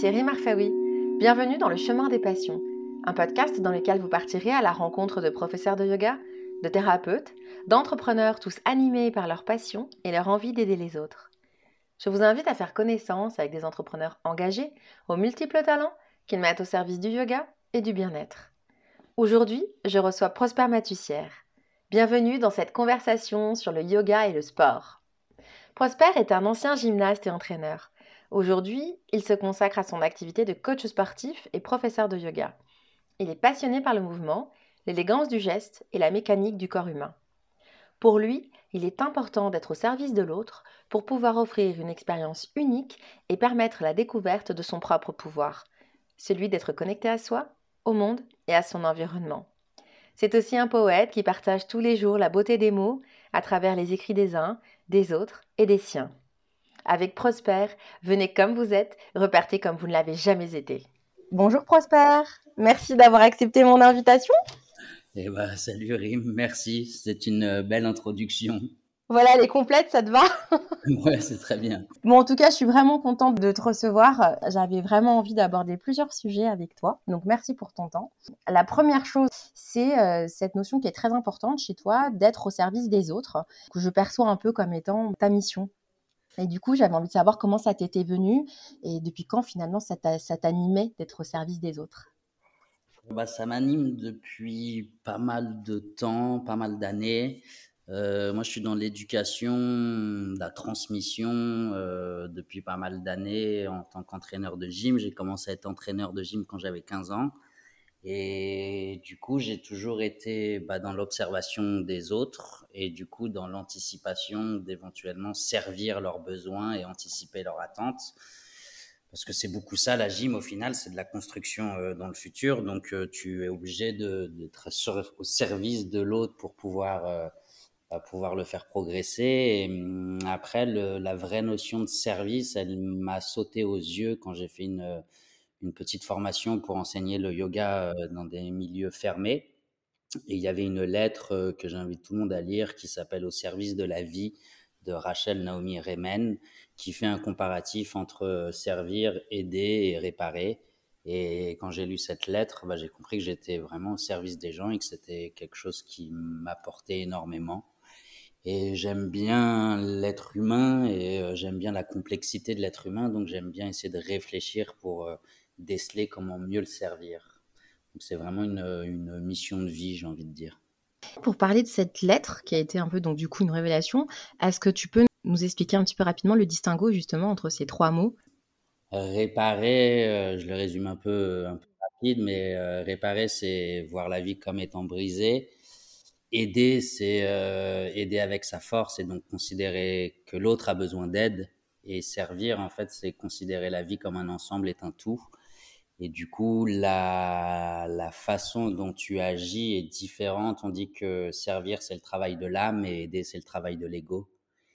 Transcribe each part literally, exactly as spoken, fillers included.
c'est Rim Arfaoui. Bienvenue dans le Chemin des Passions, un podcast dans lequel vous partirez à la rencontre de professeurs de yoga, de thérapeutes, d'entrepreneurs tous animés par leur passion et leur envie d'aider les autres. Je vous invite à faire connaissance avec des entrepreneurs engagés, aux multiples talents, qu'ils mettent au service du yoga et du bien-être. Aujourd'hui, je reçois Prosper Matussière. Bienvenue dans cette conversation sur le yoga et le sport. Prosper est un ancien gymnaste et entraîneur. Aujourd'hui, il se consacre à son activité de coach sportif et professeur de yoga. Il est passionné par le mouvement, l'élégance du geste et la mécanique du corps humain. Pour lui, il est important d'être au service de l'autre pour pouvoir offrir une expérience unique et permettre la découverte de son propre pouvoir, celui d'être connecté à soi, au monde et à son environnement. C'est aussi un poète qui partage tous les jours la beauté des mots à travers les écrits des uns, des autres et des siens. Avec Prosper, venez comme vous êtes, repartez comme vous ne l'avez jamais été. Bonjour Prosper, merci d'avoir accepté mon invitation. Eh ben, salut Rim, merci, c'est une euh, belle introduction. Voilà, elle est complète, ça te va? Ouais, c'est très bien. Bon, en tout cas, je suis vraiment contente de te recevoir. J'avais vraiment envie d'aborder plusieurs sujets avec toi, donc merci pour ton temps. La première chose, c'est euh, cette notion qui est très importante chez toi, d'être au service des autres, que je perçois un peu comme étant ta mission. Et du coup, j'avais envie de savoir comment ça t'était venu et depuis quand finalement ça, t'a, ça t'animait d'être au service des autres. Bah, ça m'anime depuis pas mal de temps, pas mal d'années. Euh, moi, je suis dans l'éducation, la transmission euh, depuis pas mal d'années en tant qu'entraîneur de gym. J'ai commencé à être entraîneur de gym quand j'avais quinze ans. Et du coup, j'ai toujours été bah, dans l'observation des autres et du coup dans l'anticipation d'éventuellement servir leurs besoins et anticiper leurs attentes. Parce que c'est beaucoup ça, la gym, au final, c'est de la construction euh, dans le futur. Donc, euh, tu es obligé de, d'être sur, au service de l'autre pour pouvoir, euh, bah, pouvoir le faire progresser. Et, hum, après, le, la vraie notion de service, elle m'a sauté aux yeux quand j'ai fait une, une petite formation pour enseigner le yoga euh, dans des milieux fermés. Et il y avait une lettre euh, que j'invite tout le monde à lire qui s'appelle Au service de la vie de Rachel Naomi Remen, qui fait un comparatif entre euh, servir, aider et réparer. Et quand j'ai lu cette lettre, bah, j'ai compris que j'étais vraiment au service des gens et que c'était quelque chose qui m'apportait énormément. Et j'aime bien l'être humain et euh, j'aime bien la complexité de l'être humain, donc j'aime bien essayer de réfléchir pour euh, déceler comment mieux le servir. Donc c'est vraiment une, une mission de vie, j'ai envie de dire. Pour parler de cette lettre qui a été un peu donc du coup une révélation, est-ce que tu peux nous expliquer un petit peu rapidement le distinguo justement entre ces trois mots? Réparer, euh, je le résume un peu, un peu rapide, mais euh, réparer, c'est voir la vie comme étant brisée. Aider, c'est euh, aider avec sa force et donc considérer que l'autre a besoin d'aide. Et servir, en fait, c'est considérer la vie comme un ensemble, est un tout. Et du coup, la, la façon dont tu agis est différente. On dit que servir, c'est le travail de l'âme et aider, c'est le travail de l'ego.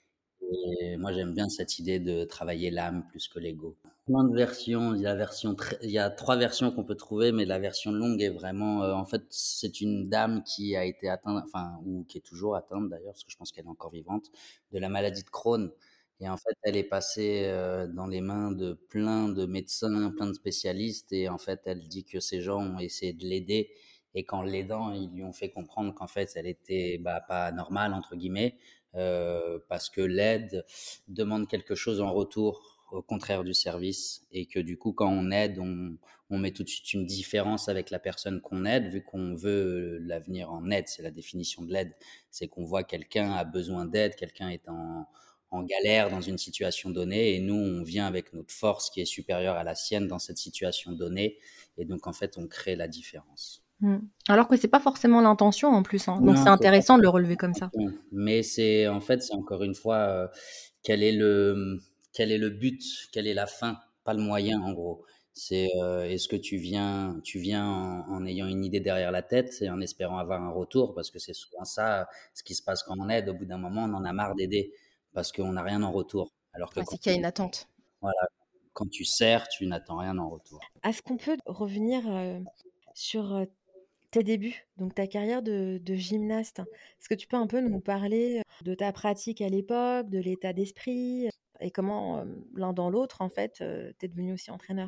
Et moi, j'aime bien cette idée de travailler l'âme plus que l'ego. Plein de versions. Il y a, version très- il y a trois versions qu'on peut trouver, mais la version longue est vraiment... euh, en fait, c'est une dame qui a été atteinte, enfin, ou qui est toujours atteinte d'ailleurs, parce que je pense qu'elle est encore vivante, de la maladie de Crohn. Et en fait, elle est passée euh, dans les mains de plein de médecins, plein de spécialistes, et en fait, elle dit que ces gens ont essayé de l'aider, et qu'en l'aidant, ils lui ont fait comprendre qu'en fait, elle était bah, pas normale, entre guillemets, euh, parce que l'aide demande quelque chose en retour, au contraire du service, et que du coup, quand on aide, on, on met tout de suite une différence avec la personne qu'on aide, vu qu'on veut l'avenir en aide, c'est la définition de l'aide, c'est qu'on voit quelqu'un a besoin d'aide, quelqu'un est en, en galère dans une situation donnée, et nous, on vient avec notre force qui est supérieure à la sienne dans cette situation donnée, et donc en fait, on crée la différence. Mmh. Alors que c'est pas forcément l'intention en plus, hein. Donc Non, c'est c'est pas intéressant de le relever comme ça. Bon, mais c'est en fait, c'est encore une fois, euh, quel est le quel est le but, quelle est la fin, pas le moyen en gros. C'est euh, est-ce que tu viens tu viens en, en ayant une idée derrière la tête et en espérant avoir un retour, parce que c'est souvent ça ce qui se passe quand on aide. Au bout d'un moment, on en a marre d'aider parce qu'on n'a rien en retour. Alors que Ouais, quand c'est qu'il y a une attente. voilà, quand tu sers, tu n'attends rien en retour. Est-ce qu'on peut revenir euh, sur euh, tes débuts, donc ta carrière de, de gymnaste? Est-ce que tu peux un peu nous parler euh, de ta pratique à l'époque, de l'état d'esprit euh, et comment euh, l'un dans l'autre, en fait, euh, t'es devenu aussi entraîneur?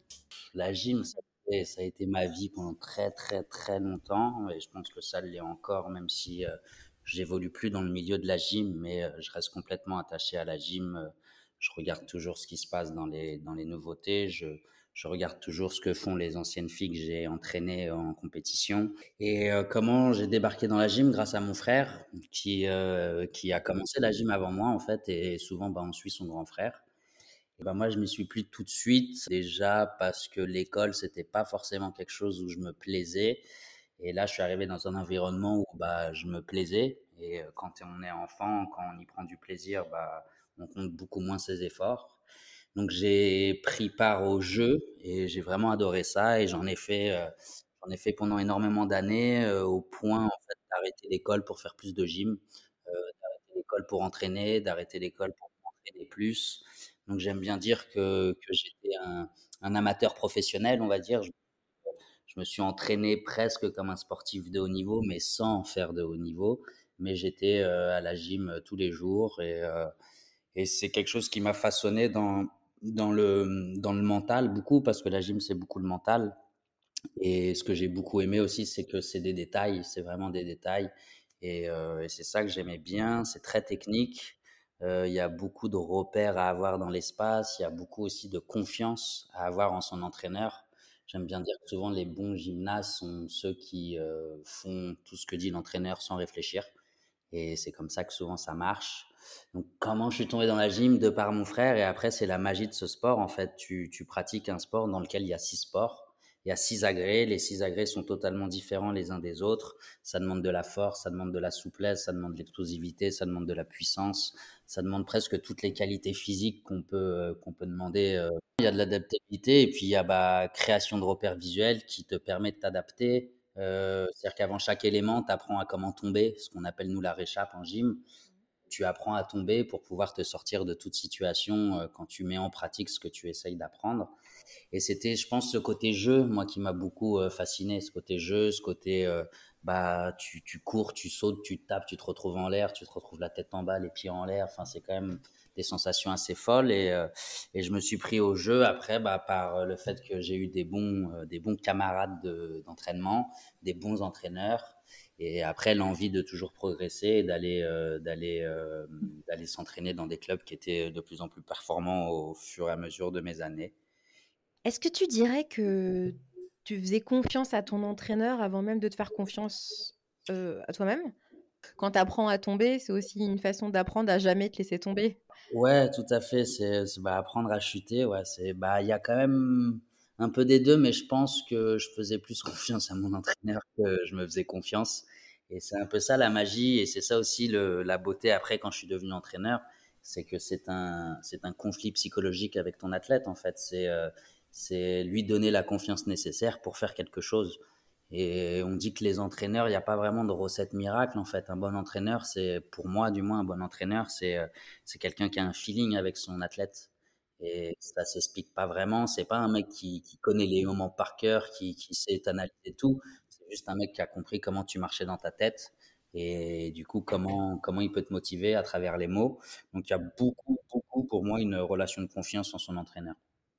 La gym, ça a été ça a été ma vie pendant très, très, très longtemps et je pense que ça l'est encore, même si, heu, j'évolue plus dans le milieu de la gym, mais, heu, je reste complètement attaché à la gym, heu, je regarde toujours ce qui se passe dans les dans les nouveautés, je je regarde toujours ce que font les anciennes filles que j'ai entraînées en compétition et heu, comment j'ai débarqué dans la gym? Grâce à mon frère qui, heu, qui a commencé la gym avant moi, en fait, et souvent, bah, on suit son grand frère. Et bah, moi, je m'y suis pris tout de suite, déjà parce que l'école, c'était pas forcément quelque chose où je me plaisais. Et là, je suis arrivé dans un environnement où bah, je me plaisais. Et euh, quand on est enfant, quand on y prend du plaisir, bah, on compte beaucoup moins ses efforts. Donc, j'ai pris part au jeu et j'ai vraiment adoré ça. Et j'en ai fait, euh, j'en ai fait pendant énormément d'années, euh, au point en fait, d'arrêter l'école pour faire plus de gym, euh, d'arrêter l'école pour entraîner, d'arrêter l'école pour m'entraîner plus. Donc j'aime bien dire que, que j'étais un, un amateur professionnel, on va dire. Je, je me suis entraîné presque comme un sportif de haut niveau, mais sans faire de haut niveau. Mais j'étais euh, à la gym euh, tous les jours et, euh, et c'est quelque chose qui m'a façonné dans, dans le, dans le mental beaucoup, parce que la gym, c'est beaucoup le mental. Et ce que j'ai beaucoup aimé aussi, c'est que c'est des détails, c'est vraiment des détails. Et, euh, et c'est ça que j'aimais bien. C'est très technique. Euh, Il y a beaucoup de repères à avoir dans l'espace. Il y a beaucoup aussi de confiance à avoir en son entraîneur. J'aime bien dire que souvent les bons gymnastes sont ceux qui euh, font tout ce que dit l'entraîneur sans réfléchir. Et c'est comme ça que souvent ça marche. Donc, comment je suis tombé dans la gym? De par mon frère. Et après, c'est la magie de ce sport. En fait, tu, tu pratiques un sport dans lequel il y a six sports. Il y a six agrès. Les six agrès sont totalement différents les uns des autres. Ça demande de la force, ça demande de la souplesse, ça demande de l'explosivité, ça demande de la puissance. Ça demande presque toutes les qualités physiques qu'on peut, euh, qu'on peut demander. euh. Il y a de l'adaptabilité et puis il y a bah, création de repères visuels qui te permet de t'adapter. Euh, c'est-à-dire qu'avant chaque élément, tu apprends à comment tomber, ce qu'on appelle nous la réchappe en gym. Tu apprends à tomber pour pouvoir te sortir de toute situation euh, quand tu mets en pratique ce que tu essayes d'apprendre. Et c'était, je pense, ce côté jeu, moi, qui m'a beaucoup euh, fasciné, ce côté jeu, ce côté, euh, bah, tu, tu cours, tu sautes, tu tapes, tu te retrouves en l'air, tu te retrouves la tête en bas, les pieds en l'air. Enfin, c'est quand même des sensations assez folles. Et, euh, et je me suis pris au jeu après, bah, par euh, le fait que j'ai eu des bons, euh, des bons camarades de, d'entraînement, des bons entraîneurs. Et après, l'envie de toujours progresser et d'aller, euh, d'aller, euh, d'aller s'entraîner dans des clubs qui étaient de plus en plus performants au fur et à mesure de mes années. Est-ce que tu dirais que tu faisais confiance à ton entraîneur avant même de te faire confiance, heu, à toi-même? Quand tu apprends à tomber, c'est aussi une façon d'apprendre à jamais te laisser tomber. Ouais, tout à fait. C'est, c'est, bah, apprendre à chuter. Ouais, c'est, bah, il y a quand même un peu des deux, mais je pense que je faisais plus confiance à mon entraîneur que je me faisais confiance. Et c'est un peu ça la magie, et c'est ça aussi le, la beauté après quand je suis devenu entraîneur, c'est que c'est un, c'est un conflit psychologique avec ton athlète en fait. C'est, euh, c'est lui donner la confiance nécessaire pour faire quelque chose. Et on dit que les entraîneurs, il n'y a pas vraiment de recette miracle en fait. Un bon entraîneur, c'est, pour moi du moins, un bon entraîneur, c'est euh, c'est quelqu'un qui a un feeling avec son athlète. Et ça s'explique pas vraiment. C'est pas un mec qui, qui connaît les moments par cœur, qui, qui sait analyser tout. C'est juste un mec qui a compris comment tu marchais dans ta tête et du coup comment comment il peut te motiver à travers les mots. Donc il y a beaucoup beaucoup pour moi une relation de confiance en son entraîneur.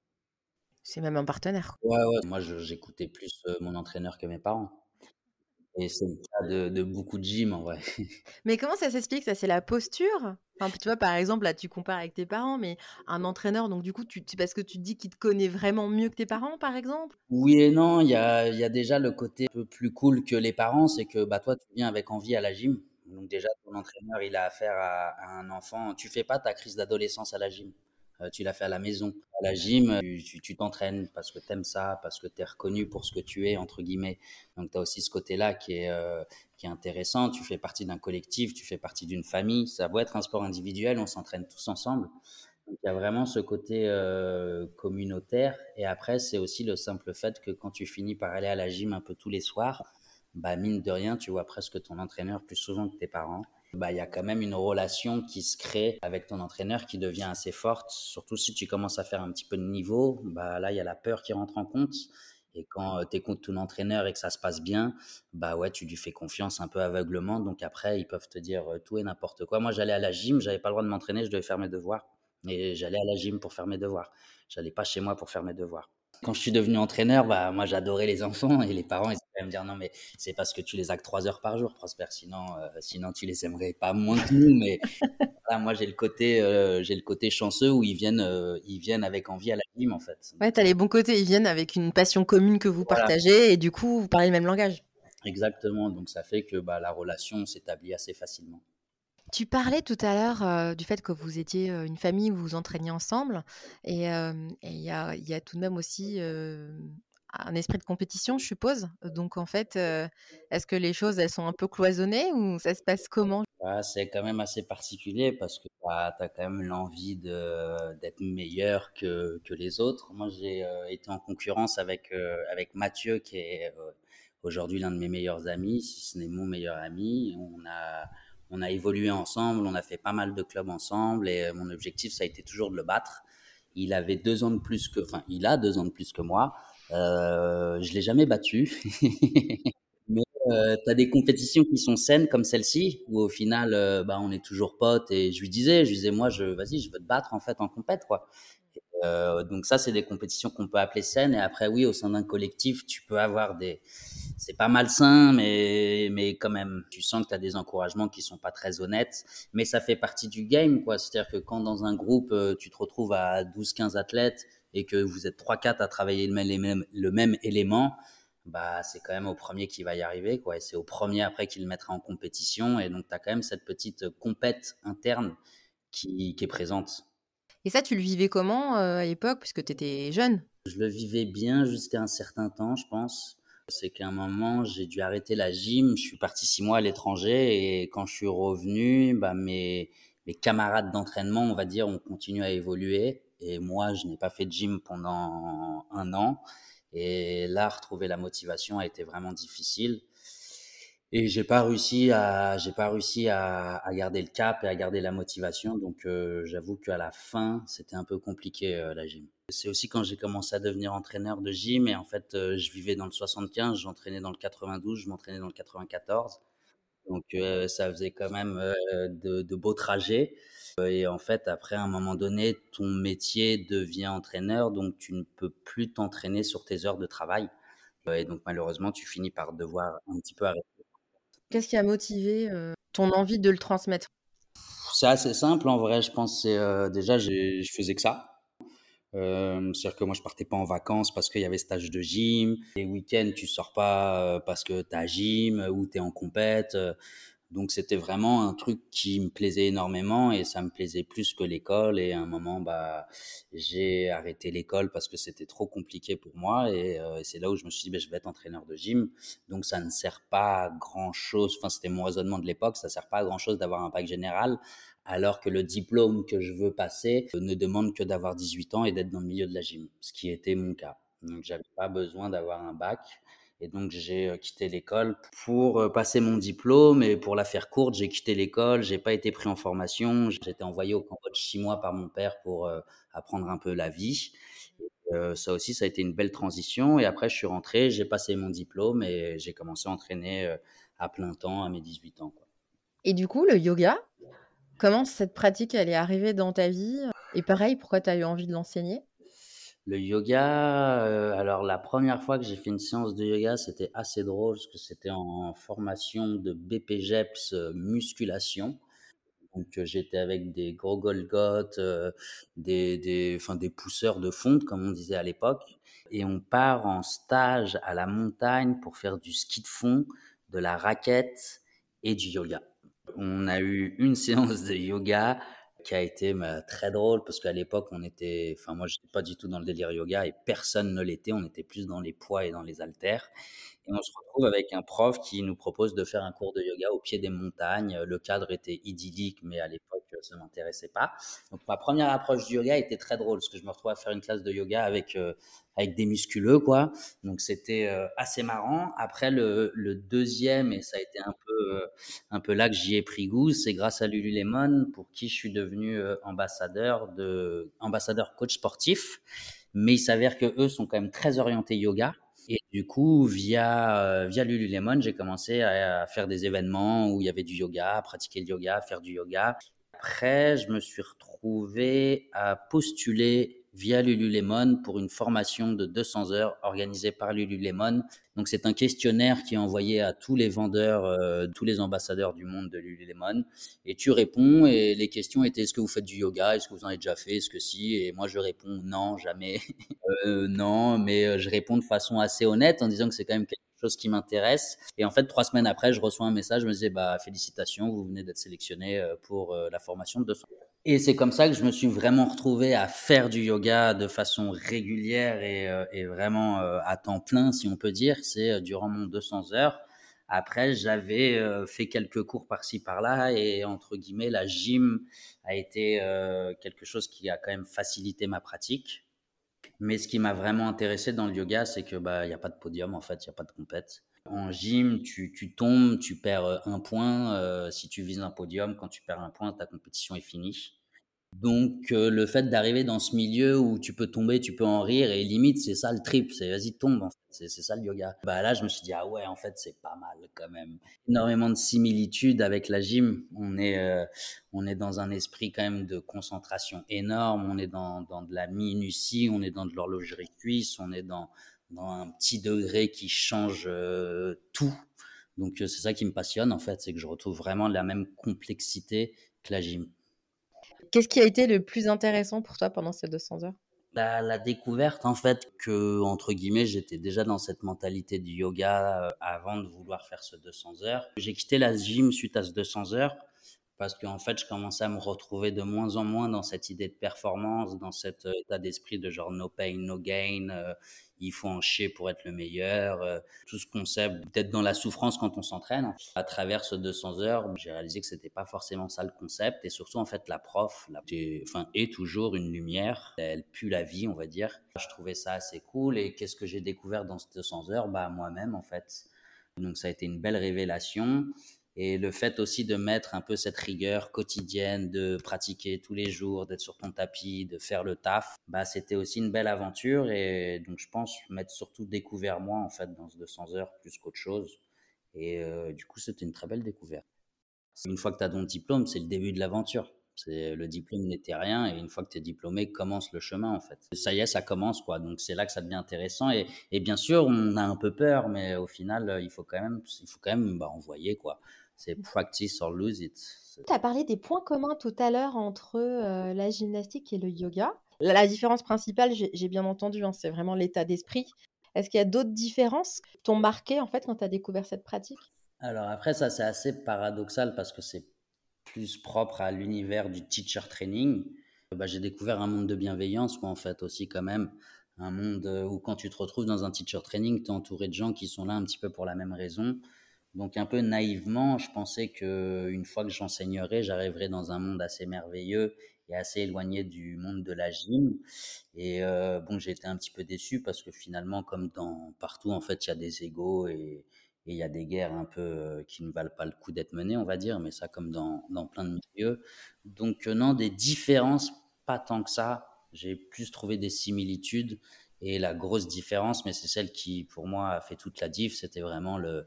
C'est même un partenaire. Ouais ouais. Moi je- j'écoutais plus euh, mon entraîneur que mes parents. Et c'est le cas de, de beaucoup de gym en vrai. Mais comment ça s'explique ça? C'est la posture? Enfin, tu vois, par exemple, là, tu compares avec tes parents, mais un entraîneur, donc du coup, tu c'est parce que tu te dis qu'il te connaît vraiment mieux que tes parents, par exemple? Oui et non, il y a, il y a déjà le côté un peu plus cool que les parents, c'est que bah, toi, tu viens avec envie à la gym. Donc déjà, ton entraîneur, il a affaire à, à un enfant. Tu fais pas ta crise d'adolescence à la gym. Euh, tu l'as fait à la maison. À la gym, tu tu- tu t'entraînes parce que t'aimes ça, parce que t'es reconnu pour ce que tu es, entre guillemets. Donc tu as aussi ce côté-là qui est, euh, qui est intéressant. Tu fais partie d'un collectif, tu fais partie d'une famille. Ça doit être un sport individuel, on s'entraîne tous ensemble. Donc, il y a vraiment ce côté euh, communautaire. Et après, c'est aussi le simple fait que quand tu finis par aller à la gym un peu tous les soirs, bah, mine de rien, tu vois presque ton entraîneur plus souvent que tes parents. Bah, il y a quand même une relation qui se crée avec ton entraîneur qui devient assez forte. Surtout si tu commences à faire un petit peu de niveau, bah, là, il y a la peur qui rentre en compte. Et quand tu es contre ton entraîneur et que ça se passe bien, bah ouais, tu lui fais confiance un peu aveuglement. Donc après, ils peuvent te dire euh, tout et n'importe quoi. Moi, j'allais à la gym, j'avais pas le droit de m'entraîner, je devais faire mes devoirs. Et j'allais à la gym pour faire mes devoirs. J'allais pas chez moi pour faire mes devoirs. Quand je suis devenu entraîneur, bah, moi, j'adorais les enfants et les parents, ils allaient me dire: «Non, mais c'est parce que tu les as que trois heures par jour, Prosper, sinon, heu, sinon tu les aimerais pas moins que nous». Mais voilà, moi, j'ai le côté, heu, j'ai le côté chanceux où ils viennent, heu, ils viennent avec envie à la gym, en fait. Ouais, tu as les bons côtés, ils viennent avec une passion commune que vous Voilà, partagez et du coup, vous parlez le même langage. exactement. Donc ça fait que, bah, la relation s'établit assez facilement. Tu parlais tout à l'heure, heu, du fait que vous étiez, heu, une famille où vous vous entraîniez ensemble et hem et il y a il y a tout de même aussi, hem, un esprit de compétition, je suppose? Donc en fait, heu, est-ce que les choses, elles sont un peu cloisonnées ou ça se passe comment? Bah, c'est quand même assez particulier parce que tu as quand même l'envie de d'être meilleur que que les autres. Moi, j'ai, heu, été en concurrence avec, heu, avec Mathieu qui est, heu, aujourd'hui l'un de mes meilleurs amis, si ce n'est mon meilleur ami. On a on a évolué ensemble, on a fait pas mal de clubs ensemble et heu, mon objectif, ça a été toujours de le battre. Il avait deux ans de plus que enfin, il a deux ans de plus que moi. Heu, je l'ai jamais battu. Mais heu, tu as des compétitions qui sont saines comme celle-ci, où au final, heu, bah, on est toujours potes et je lui disais je lui disais: «Moi, je vas-y, je veux te battre, en fait, en compète, quoi». Heu, donc ça, c'est des compétitions qu'on peut appeler saines et après oui, au sein d'un collectif, tu peux avoir des c'est pas malsain, mais mais quand même, tu sens que tu as des encouragements qui sont pas très honnêtes, mais ça fait partie du game, quoi. C'est-à-dire que quand dans un groupe, heu, tu te retrouves à douze quinze athlètes et que vous êtes trois quatre à travailler le même les mêmes le même élément, bah, c'est quand même au premier qui va y arriver, quoi et c'est au premier après qui le mettra en compétition et donc tu as quand même cette petite compète interne qui qui est présente. Et ça, tu le vivais comment, heu, à l'époque? Puisque tu étais jeune? Je le vivais bien jusqu'à un certain temps, je pense. C'est qu'à un moment, j'ai dû arrêter la gym. Je suis parti six mois à l'étranger et quand je suis revenu, bah, mes, mes camarades d'entraînement, on va dire, ont continué à évoluer. Et moi, je n'ai pas fait de gym pendant un an. Et là, retrouver la motivation a été vraiment difficile. Et j'ai pas réussi à, j'ai pas réussi à, à garder le cap et à garder la motivation. Donc, euh, j'avoue qu'à la fin, c'était un peu compliqué, euh, la gym. C'est aussi quand j'ai commencé à devenir entraîneur de gym et en fait, heu, je vivais dans le soixante-quinze, j'entraînais dans le quatre-vingt-douze, je m'entraînais dans le quatre-vingt-quatorze. Donc heu, ça faisait quand même, heu, de de beaux trajets, heu et en fait, après, à un moment donné, ton métier devient entraîneur, donc tu ne peux plus t'entraîner sur tes heures de travail, heu et donc malheureusement, tu finis par devoir un petit peu arrêter. Qu'est-ce qui a motivé, heu, ton envie de le transmettre? C'est assez simple en vrai, je pense, c'est, heu, déjà j'ai je faisais que ça. Hem, c'est-à-dire que moi, je partais pas en vacances parce qu'il y avait stage de gym. Les week-ends, tu sors pas, heu, parce que tu as gym ou tu es en compète, heu, donc c'était vraiment un truc qui me plaisait énormément et ça me plaisait plus que l'école et à un moment, bah, j'ai arrêté l'école parce que c'était trop compliqué pour moi et heu, c'est là où je me suis dit: «Beh, je vais être entraîneur de gym». Donc ça ne sert pas à grand-chose, enfin, c'était mon raisonnement de l'époque, ça sert pas à grand-chose d'avoir un bac général alors que le diplôme que je veux passer euh, ne demande que d'avoir dix-huit ans et d'être dans le milieu de la gym, ce qui était mon cas. Donc j'avais pas besoin d'avoir un bac et donc j'ai euh, quitté l'école pour euh, passer mon diplôme et pour la faire courte, j'ai quitté l'école, j'ai pas été pris en formation, j'étais envoyé au Cambodge six mois par mon père pour euh, apprendre un peu la vie. Euh, ça aussi, ça a été une belle transition et après je suis rentré, j'ai passé mon diplôme et j'ai commencé à entraîner euh, à plein temps à mes dix-huit ans, quoi. Et du coup, le yoga, comment cette pratique, elle est arrivée dans ta vie? Et pareil, pourquoi tu as eu envie de l'enseigner? Le yoga, heu, alors la première fois que j'ai fait une séance de yoga, c'était assez drôle parce que c'était en formation de B P J E P S, heu, musculation. Donc, heu, j'étais avec des gros Golgoth, heu, des des enfin des pousseurs de fonte comme on disait à l'époque et on part en stage à la montagne pour faire du ski de fond, de la raquette et du yoga. On a eu une séance de yoga qui a été, bah, très drôle parce qu'à l'époque, on était enfin moi, j'étais pas du tout dans le délire yoga et personne ne l'était. On était plus dans les poids et dans les haltères et on se retrouve avec un prof qui nous propose de faire un cours de yoga au pied des montagnes. Le cadre était idyllique, mais à l'époque, ça ne m'intéressait pas. Donc ma première approche du yoga était très drôle parce que je me retrouve à faire une classe de yoga avec, heu, avec des musculeux, quoi. Donc c'était, heu, assez marrant. Après le le deuxième et ça a été un peu, heu, un peu là que j'y ai pris goût, c'est grâce à Lululemon pour qui je suis devenu, heu, ambassadeur de ambassadeur coach sportif. Mais il s'avère qu'eux sont quand même très orientés yoga et du coup via, heu, via Lululemon, j'ai commencé à à faire des événements où il y avait du yoga, à pratiquer le yoga, à faire du yoga. Après, je me suis retrouvé à postuler via Lululemon pour une formation de deux cents heures organisée par Lululemon. Donc, c'est un questionnaire qui est envoyé à tous les vendeurs, euh, tous les ambassadeurs du monde de Lululemon. Et tu réponds et les questions étaient: est-ce que vous faites du yoga? Est-ce que vous en avez déjà fait? Est-ce que si? Et moi, je réponds non, jamais. euh, non, mais euh, je réponds de façon assez honnête en disant que c'est quand même quelque chose qui m'intéresse. Et en fait, trois semaines après, je reçois un message, je me disais, bah, félicitations, vous venez d'être sélectionné euh, pour euh, la formation de deux cents. Et c'est comme ça que je me suis vraiment retrouvé à faire du yoga de façon régulière et, euh, et vraiment euh, à temps plein, si on peut dire. C'est euh, durant mon deux cents heures. Après, j'avais euh, fait quelques cours par-ci par-là et entre guillemets, la gym a été euh, quelque chose qui a quand même facilité ma pratique. Mais ce qui m'a vraiment intéressé dans le yoga, c'est que bah il y a pas de podium en fait, il y a pas de compète. En gym, tu, tu tombes, tu perds euh, un point. Euh, si tu vises un podium, quand tu perds un point, ta compétition est finie. Donc, euh, le fait d'arriver dans ce milieu où tu peux tomber, tu peux en rire, et limite, c'est ça le trip, c'est vas-y, tombe, en fait. C'est, c'est ça le yoga. Bah là, je me suis dit, ah ouais, en fait, c'est pas mal quand même. Énormément de similitudes avec la gym. On est, euh, on est dans un esprit quand même de concentration énorme. On est dans, dans de la minutie, on est dans de l'horlogerie suisse, on est dans, dans un petit degré qui change euh, tout. Donc, euh, c'est ça qui me passionne, en fait, c'est que je retrouve vraiment la même complexité que la gym. Qu'est-ce qui a été le plus intéressant pour toi pendant ces deux cents heures? La, la découverte, en fait, que, entre guillemets, j'étais déjà dans cette mentalité du yoga euh, avant de vouloir faire ce deux cents heures. J'ai quitté la gym suite à ce deux cents heures parce qu'en fait, je commençais à me retrouver de moins en moins dans cette idée de performance, dans cet euh, état d'esprit de genre no pain, no gain, euh, il faut en chier pour être le meilleur, euh, tout ce concept d'être dans la souffrance quand on s'entraîne. À travers ce deux cents heures, j'ai réalisé que c'était pas forcément ça le concept et surtout, en fait, la prof, la, est, enfin, est toujours une lumière, elle pue la vie, on va dire. Je trouvais ça assez cool et qu'est-ce que j'ai découvert dans ces deux cents heures? Bah, moi-même, en fait. Donc, ça a été une belle révélation. Et le fait aussi de mettre un peu cette rigueur quotidienne, de pratiquer tous les jours, d'être sur ton tapis, de faire le taf, bah c'était aussi une belle aventure. Et donc je pense m'être surtout découvert moi en fait dans ce deux cents heures plus qu'autre chose. Et euh, du coup c'était une très belle découverte. Une fois que tu as ton diplôme, c'est le début de l'aventure. C'est, le diplôme n'était rien et une fois que tu es diplômé, commence le chemin en fait. Ça y est, ça commence quoi. Donc c'est là que ça devient intéressant et, et bien sûr on a un peu peur, mais au final il faut quand même, il faut quand même bah, envoyer quoi. C'est practice or lose it. Tu as parlé des points communs tout à l'heure entre euh, la gymnastique et le yoga. La, la différence principale, j'ai j'ai bien entendu, hein, c'est vraiment l'état d'esprit. Est-ce qu'il y a d'autres différences qui t'ont marqué en fait quand tu as découvert cette pratique? Alors après ça c'est assez paradoxal parce que c'est plus propre à l'univers du teacher training. Bah, j'ai découvert un monde de bienveillance, moi, en fait, aussi, quand même. Un monde où, quand tu te retrouves dans un teacher training, tu es entouré de gens qui sont là un petit peu pour la même raison. Donc, un peu naïvement, je pensais qu'une fois que j'enseignerais, j'arriverais dans un monde assez merveilleux et assez éloigné du monde de la gym. Et euh, bon, j'ai été un petit peu déçu parce que finalement, comme dans partout, en fait, il y a des égos et et il y a des guerres un peu euh, qui ne valent pas le coup d'être menées, on va dire, mais ça comme dans, dans plein de milieux. Donc euh, non, des différences, pas tant que ça. J'ai plus trouvé des similitudes. Et la grosse différence, mais c'est celle qui, pour moi, a fait toute la diff, c'était vraiment le,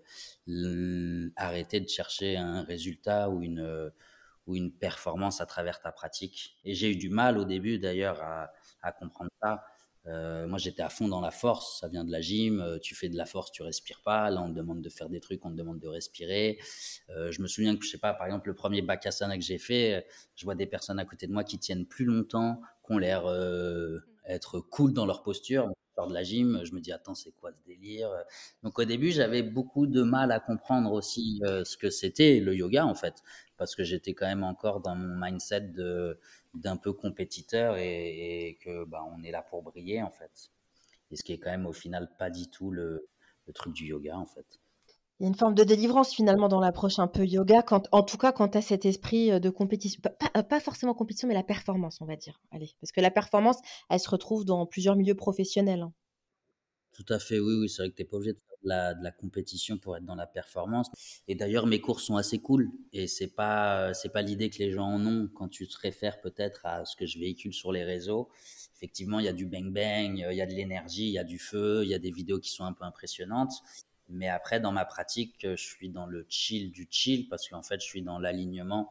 le- arrêter de chercher un résultat ou une, euh, ou une performance à travers ta pratique. Et j'ai eu du mal au début, d'ailleurs, à, à comprendre ça. Euh, moi, j'étais à fond dans la force. Ça vient de la gym. Euh, tu fais de la force, tu respires pas. Là, on te demande de faire des trucs, on te demande de respirer. Euh, je me souviens que, je sais pas, par exemple, le premier Bakasana que j'ai fait, euh, je vois des personnes à côté de moi qui tiennent plus longtemps, qui ont l'air euh, être cool dans leur posture. Je sors de la gym, je me dis, attends, c'est quoi ce délire? Donc, au début, j'avais beaucoup de mal à comprendre aussi euh, ce que c'était le yoga, en fait, parce que j'étais quand même encore dans mon mindset de d'un peu compétiteur et, et que bah, on est là pour briller en fait. Et ce qui est quand même au final pas du tout le, le truc du yoga en fait. Il y a une forme de délivrance finalement dans l'approche un peu yoga, quand, en tout cas quand tu as cet esprit euh, de compétition, pas, pas- pas forcément compétition, mais la performance, on va dire. Allez, parce que la performance, elle se retrouve dans plusieurs milieux professionnels, hein. Tout à fait, oui, oui, c'est vrai que t'es pas obligé de faire de la, de la compétition pour être dans la performance. Et d'ailleurs, mes cours sont assez cool. Et c'est pas, c'est pas l'idée que les gens en ont quand tu te réfères peut-être à ce que je véhicule sur les réseaux. Effectivement, il y a du bang bang, il y a de l'énergie, il y a du feu, il y a des vidéos qui sont un peu impressionnantes. Mais après, dans ma pratique, je suis dans le chill du chill parce qu'en fait, je suis dans l'alignement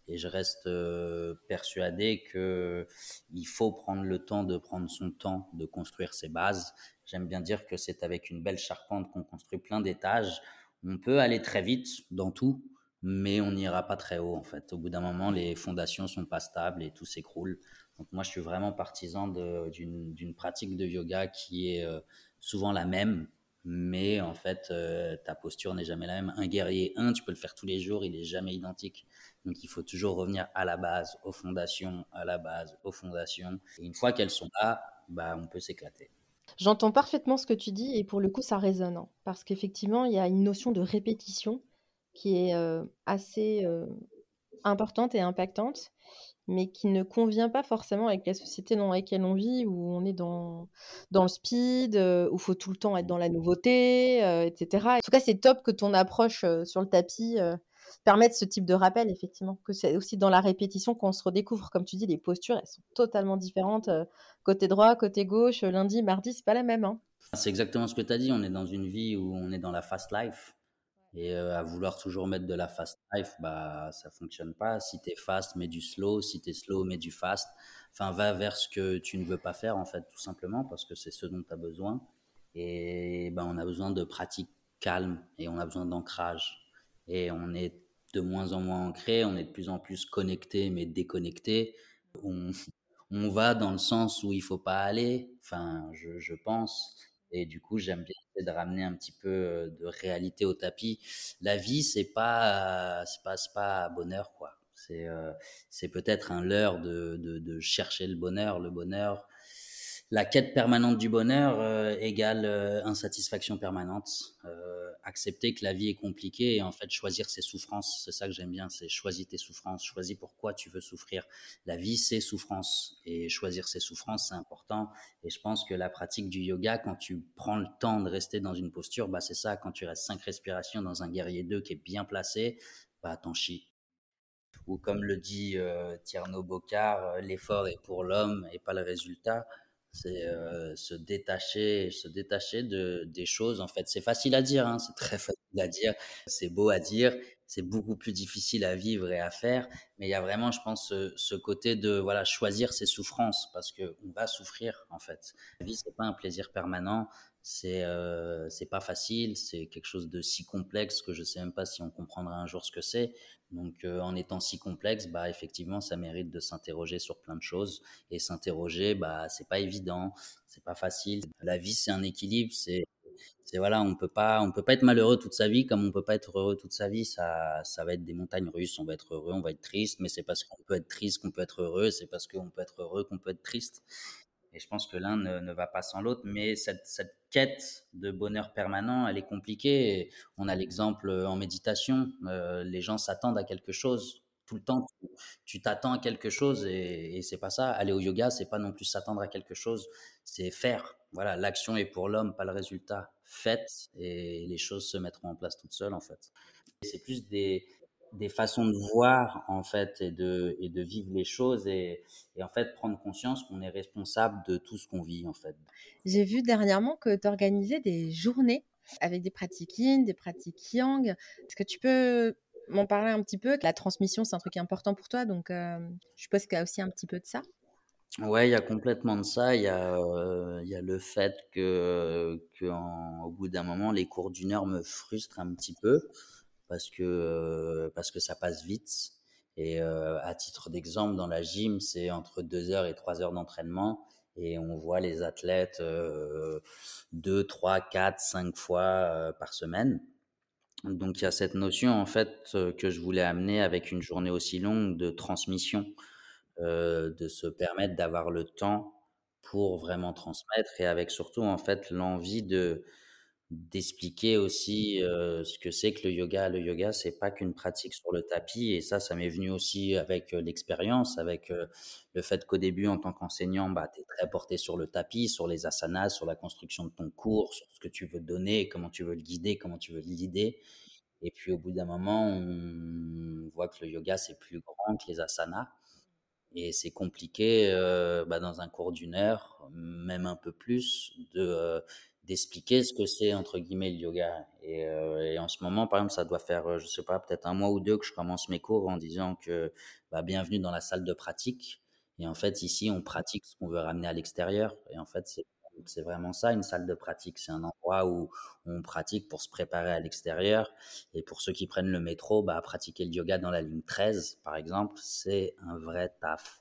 et je reste euh, persuadé que il faut prendre le temps de prendre son temps de construire ses bases. J'aime bien dire que c'est avec une belle charpente qu'on construit plein d'étages. On peut aller très vite dans tout, mais on n'ira pas très haut en fait. Au bout d'un moment, les fondations sont pas stables et tout s'écroule. Donc moi, je suis vraiment partisan de- d'une d'une pratique de yoga qui est euh, souvent la même, mais en fait, euh, ta posture n'est jamais la même. Un guerrier un, tu peux le faire tous les jours, il est jamais identique. Donc il faut toujours revenir à la base, aux fondations, à la base, aux fondations. Et une fois qu'elles sont là, bah, on peut s'éclater. J'entends parfaitement ce que tu dis et pour le coup, ça résonne, hein, parce qu'effectivement, il y a une notion de répétition qui est euh, assez euh, importante et impactante, mais qui ne convient pas forcément avec la société dans laquelle on vit, où on est dans, dans le speed, euh, où il faut tout le temps être dans la nouveauté, euh, et cetera. En tout cas, c'est top que ton approche euh, sur le tapis euh, permette ce type de rappel, effectivement, que c'est aussi dans la répétition qu'on se redécouvre. Comme tu dis, les postures, elles sont totalement différentes. euh, côté droit, côté gauche, lundi, mardi, c'est pas la même, hein. C'est exactement ce que tu as dit. On est dans une vie où on est dans la fast life. Et euh, à vouloir toujours mettre de la fast life, bah ça fonctionne pas. Si t'es fast, mets du slow. Si t'es slow, mets du fast. Enfin, va vers ce que tu ne veux pas faire en fait, tout simplement, parce que c'est ce dont tu as besoin. Et ben on a besoin de pratiques calmes et on a besoin d'ancrage. Et on est de moins en moins ancré, on est de plus en plus connecté mais déconnecté. On, on va dans le sens où il faut pas aller. Enfin, je, je pense. Et du coup, j'aime bien essayer de ramener un petit peu euh, de réalité au tapis. La vie, c'est pas, c'est pas, c'est pas bonheur, quoi. C'est, euh, c'est peut-être un leurre de, de, de chercher le bonheur. Le bonheur, la quête permanente du bonheur euh, égale euh, insatisfaction permanente. Euh, accepter que la vie est compliquée et en fait choisir ses souffrances, c'est ça que j'aime bien, c'est choisis tes souffrances, choisis pourquoi tu veux souffrir. La vie, c'est souffrance et choisir ses souffrances, c'est important. Et je pense que la pratique du yoga, quand tu prends le temps de rester dans une posture, bah c'est ça, quand tu restes cinq respirations dans un guerrier deux qui est bien placé, bah t'en chies. Ou comme le dit euh, Tierno Bocard, euh, l'effort est pour l'homme et pas le résultat. C'est euh, se détacher, se détacher de des choses. En fait, c'est facile à dire, hein, c'est très facile à dire, c'est beau à dire, c'est beaucoup plus difficile à vivre et à faire. Mais il y a vraiment, je pense, ce, ce côté de voilà choisir ses souffrances parce que on va souffrir en fait. La vie, c'est pas un plaisir permanent. C'est euh, c'est pas facile, c'est quelque chose de si complexe que je sais même pas si on comprendra un jour ce que c'est. Donc, euh, en étant si complexe, bah effectivement, ça mérite de s'interroger sur plein de choses. Et s'interroger, bah c'est pas évident, c'est pas facile. La vie, c'est un équilibre. C'est, c'est voilà, on peut pas, on peut pas être malheureux toute sa vie, comme on peut pas être heureux toute sa vie. Ça, ça va être des montagnes russes. On va être heureux, on va être triste, mais c'est parce qu'on peut être triste qu'on peut être heureux. C'est parce qu'on peut être heureux qu'on peut être triste. Et je pense que l'un ne, ne va pas sans l'autre, mais cette, cette quête de bonheur permanent, elle est compliquée. Et on a l'exemple en méditation, euh, les gens s'attendent à quelque chose tout le temps. Tu t'attends à quelque chose et, et c'est pas ça. Aller au yoga, c'est pas non plus s'attendre à quelque chose, c'est faire. Voilà, l'action est pour l'homme, pas le résultat. Faites et les choses se mettront en place toutes seules en fait. C'est plus des, des façons de voir en fait et de, et de vivre les choses et, et en fait prendre conscience qu'on est responsable de tout ce qu'on vit en fait. J'ai vu dernièrement que tu organisais des journées avec des pratiques yin, des pratiques yang. Est-ce que tu peux m'en parler un petit peu? La transmission, c'est un truc important pour toi, donc euh, je suppose qu'il y a aussi un petit peu de ça. Ouais, il y a complètement de ça. Il y a, euh, il y a le fait que, que en- au bout d'un moment, les cours d'une heure me frustrent un petit peu parce que euh, parce que ça passe vite. Et euh, à titre d'exemple, dans la gym, c'est entre deux heures et trois heures d'entraînement et on voit les athlètes euh, deux, trois, quatre, cinq fois euh, par semaine. Donc il y a cette notion en fait euh, que je voulais amener avec une journée aussi longue de transmission, euh, de se permettre d'avoir le temps pour vraiment transmettre et avec surtout en fait l'envie de d'expliquer aussi euh, ce que c'est que le yoga. Le yoga, c'est pas qu'une pratique sur le tapis et ça, ça m'est venu aussi avec euh, l'expérience, avec euh, le fait qu'au début, en tant qu'enseignant, bah, tu es très porté sur le tapis, sur les asanas, sur la construction de ton cours, sur ce que tu veux donner, comment tu veux le guider, comment tu veux le guider. Et puis au bout d'un moment, on voit que le yoga, c'est plus grand que les asanas. Et c'est compliqué, euh, bah, dans un cours d'une heure, même un peu plus, de euh, d'expliquer ce que c'est entre guillemets le yoga. Et, euh, et en ce moment, par exemple, ça doit faire, euh, je sais pas, peut-être un mois ou deux que je commence mes cours en disant que bah, bienvenue dans la salle de pratique. Et en fait, ici, on pratique ce qu'on veut ramener à l'extérieur. Et en fait, c'est c'est vraiment ça, une salle de pratique. C'est un endroit où on pratique pour se préparer à l'extérieur. Et pour ceux qui prennent le métro, bah, pratiquer le yoga dans la ligne treize, par exemple, c'est un vrai taf.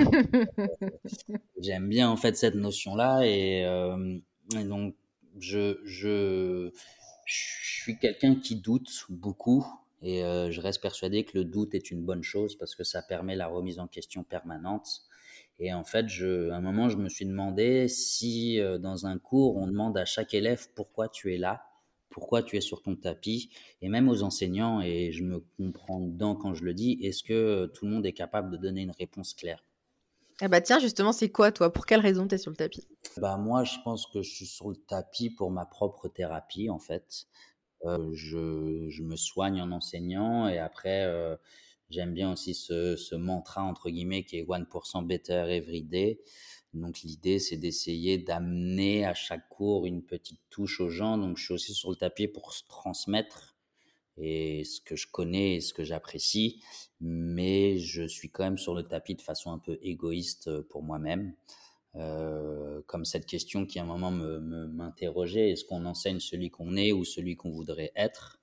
J'aime bien en fait cette notion-là et, euh, et donc je, je, je suis quelqu'un qui doute beaucoup et euh, je reste persuadé que le doute est une bonne chose parce que ça permet la remise en question permanente. Et en fait, je, à un moment, je me suis demandé si euh, dans un cours, on demande à chaque élève pourquoi tu es là, pourquoi tu es sur ton tapis, et même aux enseignants, et je me comprends dedans quand je le dis, est-ce que tout le monde est capable de donner une réponse claire? Ah bah tiens, justement, c'est quoi toi? Pour quelle raison tu es sur le tapis? Bah, moi, je pense que je suis sur le tapis pour ma propre thérapie, en fait. Heu, je je me soigne en enseignant et après, heu, j'aime bien aussi ce ce mantra entre guillemets qui est one pour cent better every day. Donc l'idée, c'est d'essayer d'amener à chaque cours une petite touche aux gens. Donc je suis aussi sur le tapis pour se transmettre et ce que je connais et ce que j'apprécie, mais je suis quand même sur le tapis de façon un peu égoïste, pour moi-même. Heu, comme cette question qui à un moment me me m'interrogeait: «Est-ce qu'on enseigne celui qu'on est ou celui qu'on voudrait être?»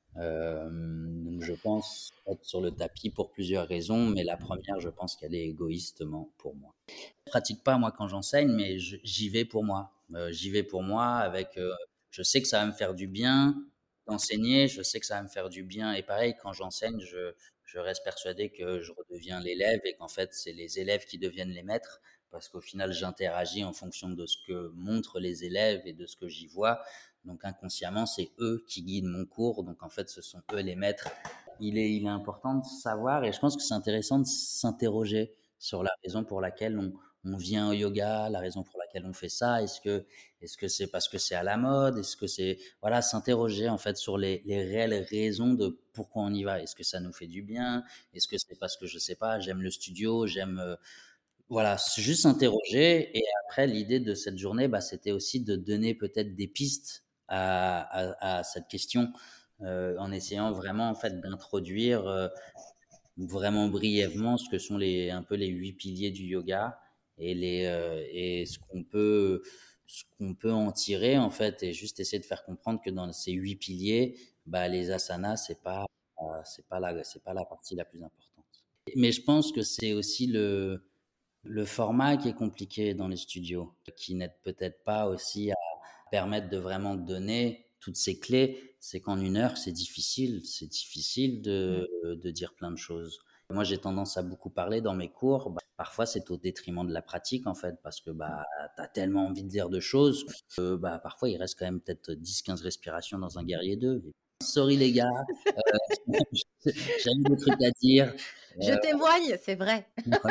Hem, donc je pense être sur le tapis pour plusieurs raisons, mais la première, je pense qu'elle est égoïstement pour moi. Je pratique pas moi quand j'enseigne, mais je j'y vais pour moi. Heu, j'y vais pour moi avec, heu, je sais que ça va me faire du bien d'enseigner, je sais que ça va me faire du bien et pareil quand j'enseigne, je je reste persuadé que je redeviens l'élève et qu'en fait, c'est les élèves qui deviennent les maîtres parce qu'au final, j'interagis en fonction de ce que montrent les élèves et de ce que j'y vois. Donc inconsciemment, c'est eux qui guident mon cours, donc en fait, ce sont eux les maîtres. Il est il est important de savoir et je pense que c'est intéressant de s'interroger sur la raison pour laquelle on on vient au yoga, la raison pour laquelle on fait ça. Est-ce que est-ce que c'est parce que c'est à la mode? Est-ce que c'est voilà, s'interroger en fait sur les les réelles raisons de pourquoi on y va. Est-ce que ça nous fait du bien? Est-ce que c'est parce que je sais pas, j'aime le studio, j'aime euh, voilà, c'est juste s'interroger et après l'idée de cette journée, bah, c'était aussi de donner peut-être des pistes à à à cette question, heu, en essayant vraiment en fait d'introduire, heu, vraiment brièvement ce que sont les un peu les huit piliers du yoga et les, heu et ce qu'on peut ce qu'on peut en tirer en fait et juste essayer de faire comprendre que dans ces huit piliers, bah, les asanas c'est pas, heu, c'est pas la c'est pas la partie la plus importante. Mais je pense que c'est aussi le le format qui est compliqué dans les studios, qui n'aide peut-être pas aussi à permettre de vraiment donner toutes ces clés, c'est qu'en une heure, c'est difficile, c'est difficile Mmh. de de dire plein de choses. Moi, j'ai tendance à beaucoup parler dans mes cours, bah, parfois c'est au détriment de la pratique en fait, parce que, bah, tu as tellement envie de dire de choses que, bah, parfois il reste quand même peut-être dix quinze respirations dans un guerrier deux. Sorry les gars, j'avais des trucs à dire, Je heu, témoigne, c'est vrai.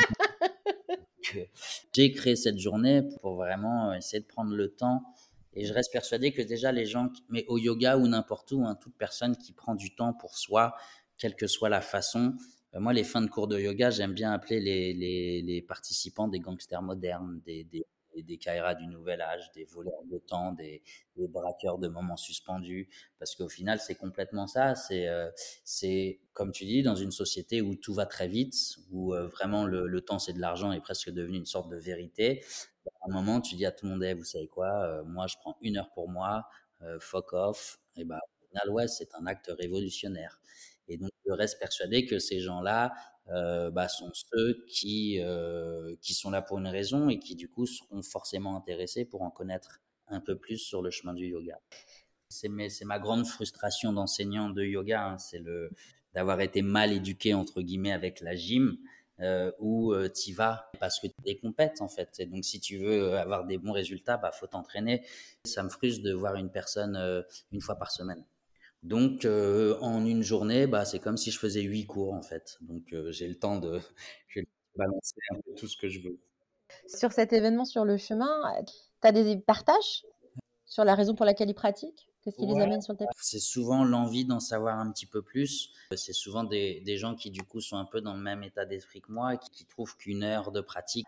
que j'ai créé cette journée pour vraiment essayer de prendre le temps. Et je reste persuadé que déjà les gens, qui- mais au yoga ou n'importe où, hein, toute personne qui prend du temps pour soi, quelle que soit la façon. Euh, moi, les fins de cours de yoga, j'aime bien appeler les, les, les participants des gangsters modernes, des, des, des Kairas du nouvel âge, des voleurs de temps, des, des braqueurs de moments suspendus. Parce qu'au final, c'est complètement ça. C'est, euh, c'est, comme tu dis, dans une société où tout va très vite, où euh, vraiment le, le temps c'est de l'argent est presque devenu une sorte de vérité. À un moment, tu dis à tout le monde, eh, vous savez quoi, euh, moi je prends une heure pour moi, euh, fuck off. Et ben, au final, ouais, c'est un acte révolutionnaire. Et donc, je reste persuadé que ces gens-là euh, bah, sont ceux qui, euh, qui sont là pour une raison et qui, du coup, seront forcément intéressés pour en connaître un peu plus sur le chemin du yoga. C'est mes- c'est ma grande frustration d'enseignant de yoga, hein, c'est le d'avoir été mal éduqué entre guillemets avec la gym euh, où euh, tu vas parce que tu es compète en fait. Et donc si tu veux avoir des bons résultats, bah faut t'entraîner. Ça me frustre de voir une personne euh, une fois par semaine. Donc euh, en une journée, bah c'est comme si je faisais huit cours en fait. Donc euh, j'ai le temps de j'ai le temps de balancer un peu tout ce que je veux. Sur cet événement sur le chemin, tu as des partages sur la raison pour laquelle ils pratiquent? Qu'est-ce qui les Ouais, amène sur le tapis? c'est souvent l'envie d'en savoir un petit peu plus. C'est souvent des, des gens qui, du coup, sont un peu dans le même état d'esprit que moi, qui, qui trouvent qu'une heure de pratique,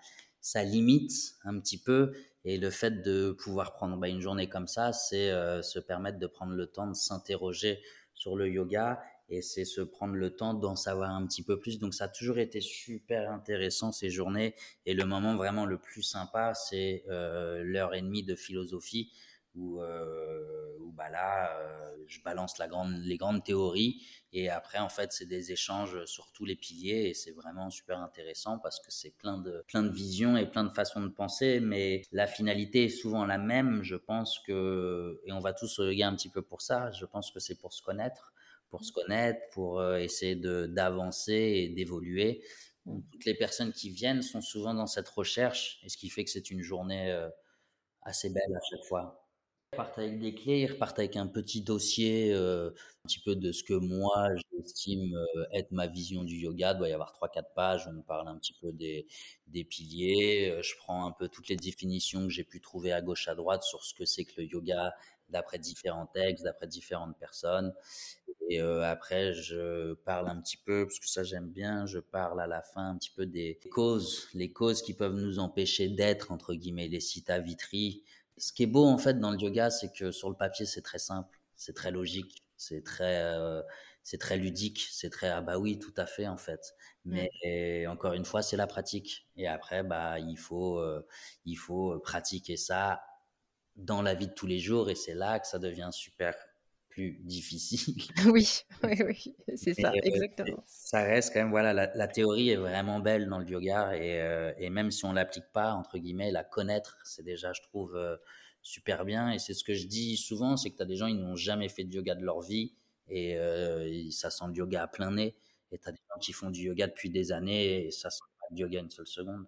ça limite un petit peu. Et le fait de pouvoir prendre bah, une journée comme ça, c'est euh, se permettre de prendre le temps de s'interroger sur le yoga et c'est se prendre le temps d'en savoir un petit peu plus. Donc ça a toujours été super intéressant ces journées et le moment vraiment le plus sympa, c'est euh, l'heure et demie de philosophie où, euh, où bah là, euh, je balance la grande, les grandes théories et après, en fait, c'est des échanges sur tous les piliers et c'est vraiment super intéressant parce que c'est plein de, plein de visions et plein de façons de penser, mais la finalité est souvent la même. Je pense que, et on va tous regarder un petit peu pour ça, je pense que c'est pour se connaître, pour se connaître, pour euh, essayer de, d'avancer et d'évoluer. Donc, toutes les personnes qui viennent sont souvent dans cette recherche et ce qui fait que c'est une journée euh, assez belle à chaque fois. Ils repartent avec des clés, ils repartent avec un petit dossier, euh, un petit peu de ce que moi j'estime euh, être ma vision du yoga. Il doit y avoir trois quatre pages où on parle un petit peu des, des piliers. Euh, Je prends un peu toutes les définitions que j'ai pu trouver à gauche à droite sur ce que c'est que le yoga d'après différents textes, d'après différentes personnes. Et euh, après, je parle un petit peu, parce que ça j'aime bien, je parle à la fin un petit peu des causes, les causes qui peuvent nous empêcher d'être, entre guillemets, les citas vitri. Ce qui est beau en fait dans le yoga, c'est que sur le papier c'est très simple, c'est très logique, c'est très, euh, c'est très ludique, c'est très ah bah oui tout à fait en fait. Mais et encore une fois c'est la pratique. Et après bah il faut, euh, il faut pratiquer ça dans la vie de tous les jours et c'est là que ça devient super plus difficile. Oui, oui, oui, c'est Mais ça, euh, exactement. ça reste quand même, voilà, la, la théorie est vraiment belle dans le yoga et, euh, et même si on l'applique pas, entre guillemets, la connaître, c'est déjà, je trouve, euh, super bien. Et c'est ce que je dis souvent, c'est que tu as des gens, ils n'ont jamais fait de yoga de leur vie et euh, ils- ça sent le yoga à plein nez. Et tu as des gens qui font du yoga depuis des années et ça sent pas le yoga une seule seconde.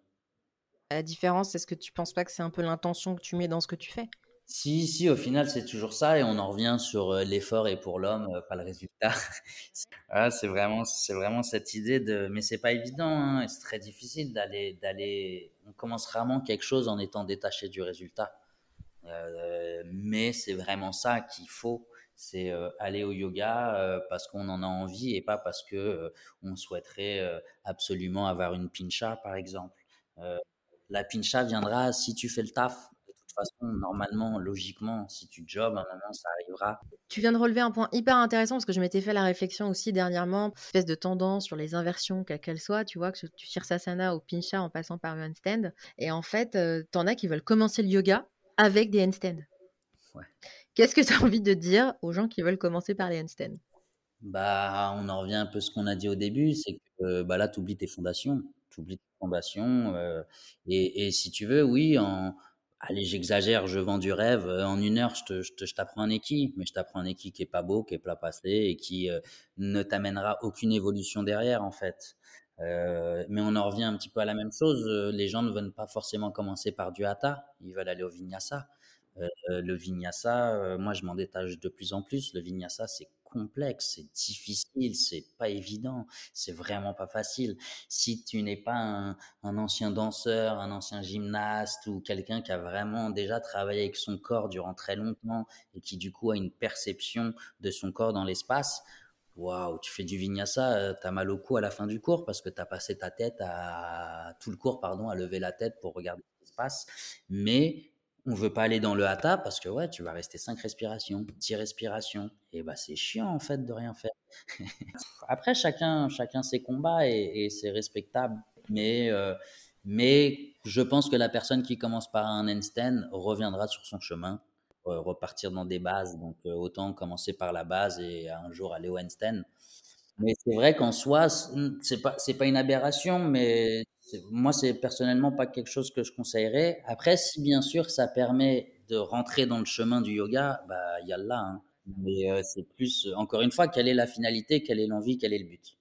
La différence, est-ce que tu penses pas que c'est un peu l'intention que tu mets dans ce que tu fais? Si, si, au final, c'est toujours ça et on en revient sur euh, l'effort et pour l'homme, euh, pas le résultat. Ah, c'est vraiment, c'est vraiment cette idée de, mais c'est pas évident, hein, et c'est très difficile d'aller, d'aller, on commence rarement quelque chose en étant détaché du résultat. Euh, mais c'est vraiment ça qu'il faut, c'est euh, aller au yoga euh, parce qu'on en a envie et pas parce que euh, on souhaiterait euh, absolument avoir une pincha, par exemple. Euh, la pincha viendra si tu fais le taf. De toute façon, normalement, logiquement, si tu jobs, à un moment, ça arrivera. Tu viens de relever un point hyper intéressant parce que je m'étais fait la réflexion aussi dernièrement, espèce de tendance sur les inversions, quelles qu'elles soient, tu vois, que tu Sirsasana au Pincha en passant par le handstand. Et en fait, euh, t'en as qui veulent commencer le yoga avec des handstands. Ouais. Qu'est-ce que tu as envie de dire aux gens qui veulent commencer par les handstands? Bah, on en revient un peu à ce qu'on a dit au début, c'est que euh, bah là, tu oublies tes fondations. Tu oublies tes fondations. euh, et, et si tu veux, oui, en, allez, j'exagère, je vends du rêve. euh, En une heure, je te, je te- je t'apprends un équi, mais je t'apprends un équi qui est pas beau, qui est plat passé et qui euh, ne t'amènera aucune évolution derrière, en fait. Euh, mais on en revient un petit peu à la même chose. euh, Les gens ne veulent pas forcément commencer par du hatha, ils veulent aller au vinyasa. Euh, le vinyasa, euh, moi, je m'en détache de plus en plus. Le vinyasa, c'est complexe, c'est difficile, c'est pas évident, c'est vraiment pas facile. Si tu n'es pas un, un ancien danseur, un ancien gymnaste ou quelqu'un qui a vraiment déjà travaillé avec son corps durant très longtemps et qui du coup a une perception de son corps dans l'espace, waouh, tu fais du vinyasa, euh, t'as mal au cou à la fin du cours parce que t'as passé ta tête à tout le cours, pardon, à lever la tête pour regarder ce qui se passe. Mais on veut pas aller dans le hatha parce que ouais, tu vas rester cinq respirations, dix respirations, et bah c'est chiant en fait de rien faire. Après chacun, chacun ses combats et, et c'est respectable, mais euh, mais je pense que la personne qui commence par un handstand reviendra sur son chemin, euh, repartir dans des bases, donc euh, autant commencer par la base et un jour aller au handstand. Mais c'est vrai qu'en soi, c'est pas, c'est pas une aberration, mais c'est- moi, c'est personnellement pas quelque chose que je conseillerais. Après, si bien sûr ça permet de rentrer dans le chemin du yoga, bah, il y a là, hein. Mais euh, c'est plus, euh, encore une fois, quelle est la finalité, quelle est l'envie, quel est le but.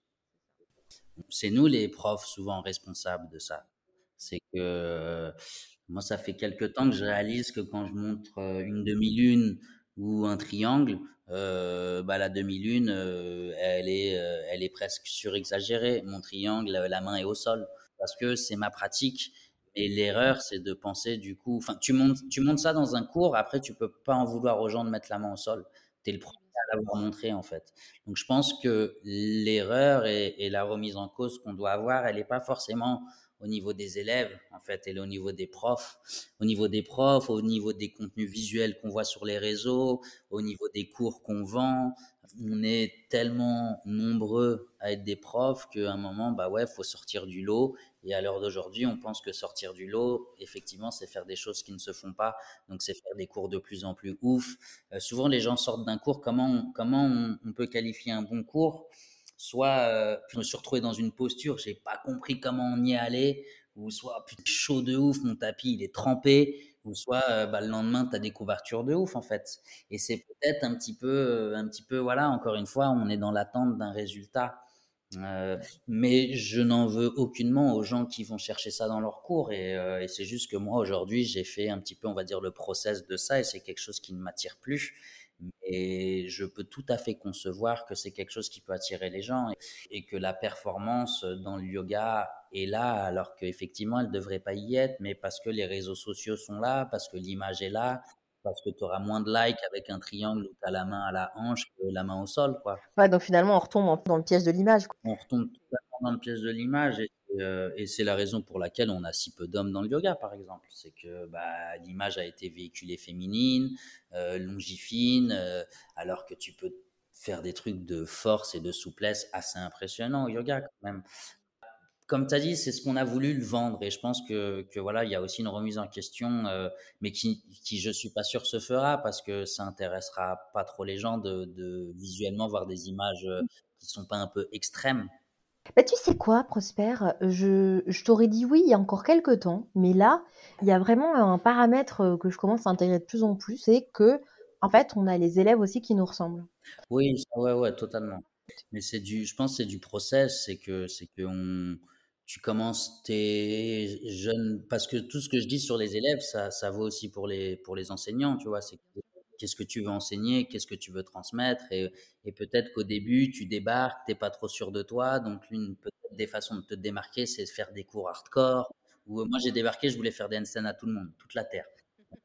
C'est nous les profs souvent responsables de ça. C'est que euh, moi, ça fait quelque temps que je réalise que quand je montre euh, une demi-lune ou un triangle, euh, bah, la demi-lune, euh, elle est, euh, elle est presque surexagérée. Mon triangle, la main est au sol parce que c'est ma pratique. Et l'erreur, c'est de penser du coup, enfin, tu montes, tu montes ça dans un cours, après, tu peux pas en vouloir aux gens de mettre la main au sol. T'es le premier à l'avoir montré, en fait. Donc, je pense que l'erreur et, et la remise en cause qu'on doit avoir, elle n'est pas forcément au niveau des élèves, en fait, elle est au niveau des profs, au niveau des profs, au niveau des contenus visuels qu'on voit sur les réseaux, au niveau des cours qu'on vend. On est tellement nombreux à être des profs qu'à un moment, bah ouais, faut sortir du lot. Et à l'heure d'aujourd'hui, on pense que sortir du lot, effectivement, c'est faire des choses qui ne se font pas. Donc, c'est faire des cours de plus en plus ouf. Euh, souvent, les gens sortent d'un cours. Comment, on, comment on, on peut qualifier un bon cours? Soit euh, je me suis retrouvé dans une posture, j'ai pas compris comment on y est allé, ou soit putain, chaud de ouf, mon tapis il est trempé, ou soit euh, bah, le lendemain tu as des couvertures de ouf en fait. Et c'est peut-être un petit peu, euh, un petit peu, voilà, encore une fois, on est dans l'attente d'un résultat. Euh, mais je n'en veux aucunement aux gens qui vont chercher ça dans leur cours et, euh, et c'est juste que moi aujourd'hui j'ai fait un petit peu on va dire le process de ça et c'est quelque chose qui ne m'attire plus mais je peux tout à fait concevoir que c'est quelque chose qui peut attirer les gens et, et que la performance dans le yoga est là alors qu'effectivement elle ne devrait pas y être mais parce que les réseaux sociaux sont là, parce que l'image est là, parce que tu auras moins de likes avec un triangle où tu as la main à la hanche que la main au sol quoi. Ouais, donc finalement, on retombe un peu dans le piège de l'image, quoi. On retombe totalement dans le piège de l'image et, euh, et c'est la raison pour laquelle on a si peu d'hommes dans le yoga, par exemple. C'est que bah, l'image a été véhiculée féminine, euh, longifine, euh, alors que tu peux faire des trucs de force et de souplesse assez impressionnants au yoga quand même. Comme tu as dit, c'est ce qu'on a voulu le vendre et je pense que, que voilà, il y a aussi une remise en question, euh, mais qui, qui, je suis pas sûr, se fera parce que ça intéressera pas trop les gens de, de visuellement voir des images euh, qui sont pas un peu extrêmes. Bah, tu sais quoi, Prosper? Je, je t'aurais dit oui il y a encore quelques temps, mais là, il y a vraiment un paramètre euh, que je commence à intégrer de plus en plus, c'est que, en fait, on a les élèves aussi qui nous ressemblent. Oui, ça, ouais, ouais, totalement. Mais c'est du, je pense, que c'est du process, c'est que, c'est que on, tu commences tes jeunes, parce que tout ce que je dis sur les élèves, ça, ça vaut aussi pour les, pour les enseignants, tu vois. C'est que- qu'est-ce que tu veux enseigner, qu'est-ce que tu veux transmettre, et, et peut-être qu'au début, tu débarques, t'es pas trop sûr de toi, donc l'une peut-être des façons de te démarquer, c'est de faire des cours hardcore. Ou euh, moi, j'ai débarqué, je voulais faire des handstands à tout le monde, toute la terre.